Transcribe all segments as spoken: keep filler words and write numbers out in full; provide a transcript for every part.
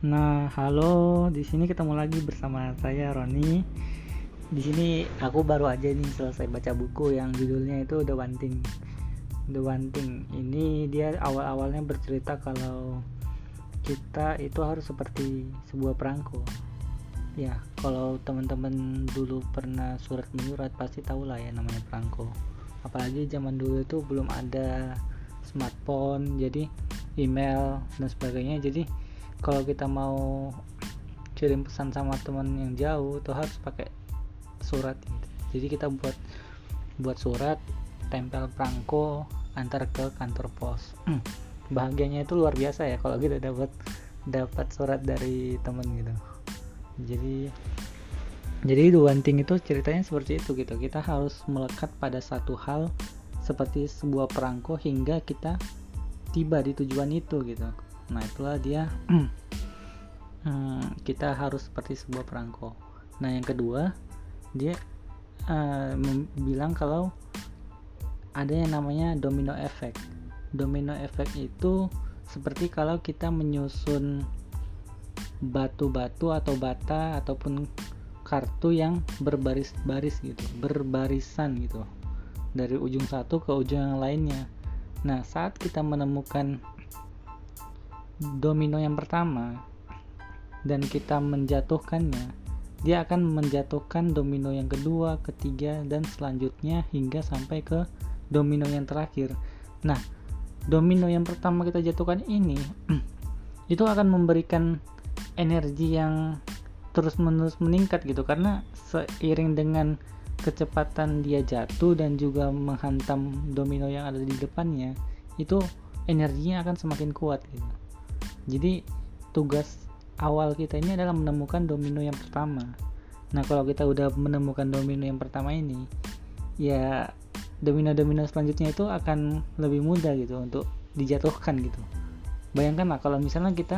Nah, halo, di sini ketemu lagi bersama saya Roni. Di sini aku baru aja nih selesai baca buku yang judulnya itu The One Thing. The One Thing ini dia awal-awalnya bercerita kalau kita itu harus seperti sebuah perangko. Ya, kalau teman-teman dulu pernah surat menyurat pasti tahu lah ya namanya perangko. Apalagi zaman dulu itu belum ada smartphone, jadi email dan sebagainya. Jadi kalau kita mau kirim pesan sama teman yang jauh tuh harus pakai surat gitu. Jadi kita buat buat surat, tempel perangko, antar ke kantor pos. Bahagianya itu luar biasa ya kalau kita dapat dapat surat dari teman gitu. Jadi jadi The One Thing itu ceritanya seperti itu gitu. Kita harus melekat pada satu hal seperti sebuah perangko hingga kita tiba di tujuan itu gitu. Nah, itulah dia hmm, kita harus seperti sebuah perangko. Nah, yang kedua, dia uh, bilang kalau ada yang namanya domino effect. Domino effect itu seperti kalau kita menyusun batu-batu atau bata ataupun kartu yang berbaris-baris gitu, berbarisan gitu, dari ujung satu ke ujung yang lainnya. Nah, saat kita menemukan domino yang pertama dan kita menjatuhkannya, dia akan menjatuhkan domino yang kedua, ketiga, dan selanjutnya hingga sampai ke domino yang terakhir. Nah, domino yang pertama kita jatuhkan ini itu akan memberikan energi yang terus-menerus meningkat gitu, karena seiring dengan kecepatan dia jatuh dan juga menghantam domino yang ada di depannya, itu energinya akan semakin kuat gitu. Jadi tugas awal kita ini adalah menemukan domino yang pertama. Nah, kalau kita udah menemukan domino yang pertama ini, ya domino-domino selanjutnya itu akan lebih mudah gitu untuk dijatuhkan gitu. Bayangkanlah kalau misalnya kita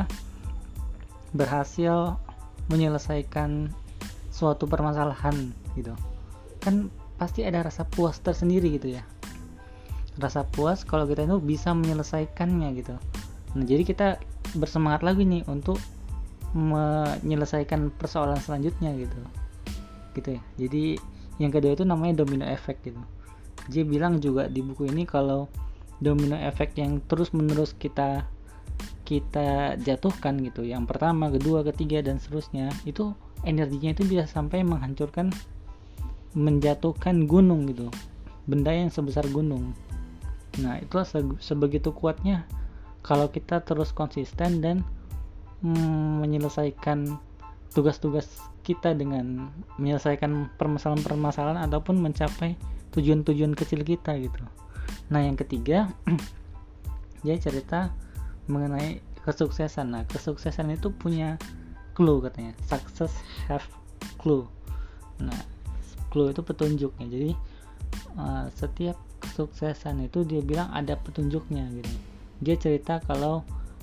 berhasil menyelesaikan suatu permasalahan gitu, kan pasti ada rasa puas tersendiri gitu ya. Rasa puas kalau kita itu bisa menyelesaikannya gitu. Nah, jadi kita bersemangat lagi nih untuk menyelesaikan persoalan selanjutnya gitu gitu ya. Jadi yang kedua itu namanya domino effect gitu. Dia bilang juga di buku ini kalau domino effect yang terus menerus kita kita jatuhkan gitu, yang pertama, kedua, ketiga, dan seterusnya, itu energinya itu bisa sampai menghancurkan, menjatuhkan gunung gitu, benda yang sebesar gunung. Nah, itulah sebegitu kuatnya kalau kita terus konsisten dan mm, menyelesaikan tugas-tugas kita dengan menyelesaikan permasalahan-permasalahan ataupun mencapai tujuan-tujuan kecil kita gitu. Nah, yang ketiga dia cerita mengenai kesuksesan. Nah, kesuksesan itu punya clue katanya. Success have clue. Nah, clue itu petunjuknya. Jadi uh, setiap kesuksesan itu dia bilang ada petunjuknya gitu. Dia cerita kalau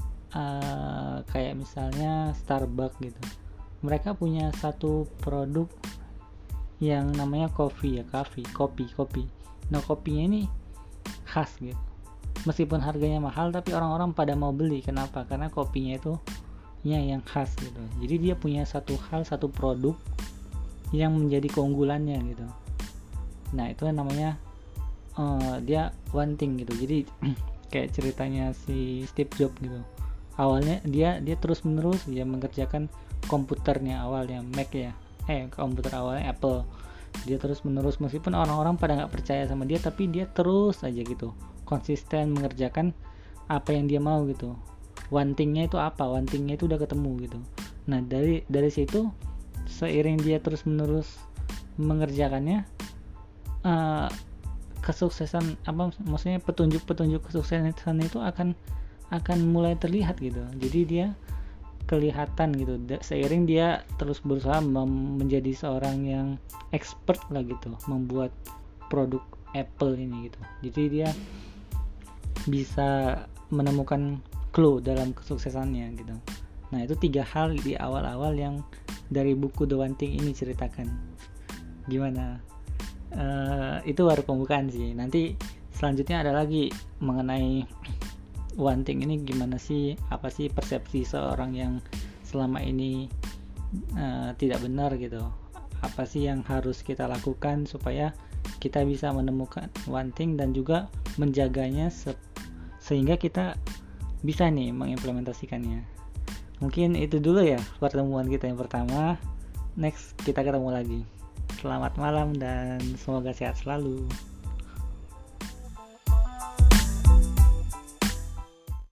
uh, kayak misalnya Starbucks gitu, mereka punya satu produk yang namanya kopi ya, kopi, kopi, kopi. Nah, kopinya ini khas gitu. Meskipun harganya mahal, tapi orang-orang pada mau beli. Kenapa? Karena kopinya itu ya yang khas gitu. Jadi dia punya satu hal, satu produk yang menjadi keunggulannya gitu. Nah, itu namanya uh, dia one thing gitu. Jadi kayak ceritanya si Steve Jobs gitu. Awalnya dia dia terus menerus dia mengerjakan komputernya awalnya Mac ya, eh komputer awalnya Apple. Dia terus menerus meskipun orang-orang pada nggak percaya sama dia, tapi dia terus aja gitu konsisten mengerjakan apa yang dia mau gitu. One thing-nya itu apa? One thing-nya itu udah ketemu gitu. Nah, dari dari situ seiring dia terus menerus mengerjakannya, uh, kesuksesan apa maksudnya petunjuk-petunjuk kesuksesan itu akan akan mulai terlihat gitu. Jadi dia kelihatan gitu seiring dia terus berusaha mem- menjadi seorang yang expert lah gitu membuat produk Apple ini gitu. Jadi dia bisa menemukan clue dalam kesuksesannya gitu. Nah, itu tiga hal di awal-awal yang dari buku The One Thing ini ceritakan. Gimana? Uh, itu baru pembukaan sih. Nanti selanjutnya ada lagi mengenai One Thing ini, gimana sih, apa sih persepsi seorang yang selama ini uh, tidak benar gitu. Apa sih yang harus kita lakukan supaya kita bisa menemukan one thing dan juga menjaganya se- sehingga kita bisa nih mengimplementasikannya. Mungkin itu dulu ya pertemuan kita yang pertama. Next kita ketemu lagi. Selamat malam dan semoga sehat selalu.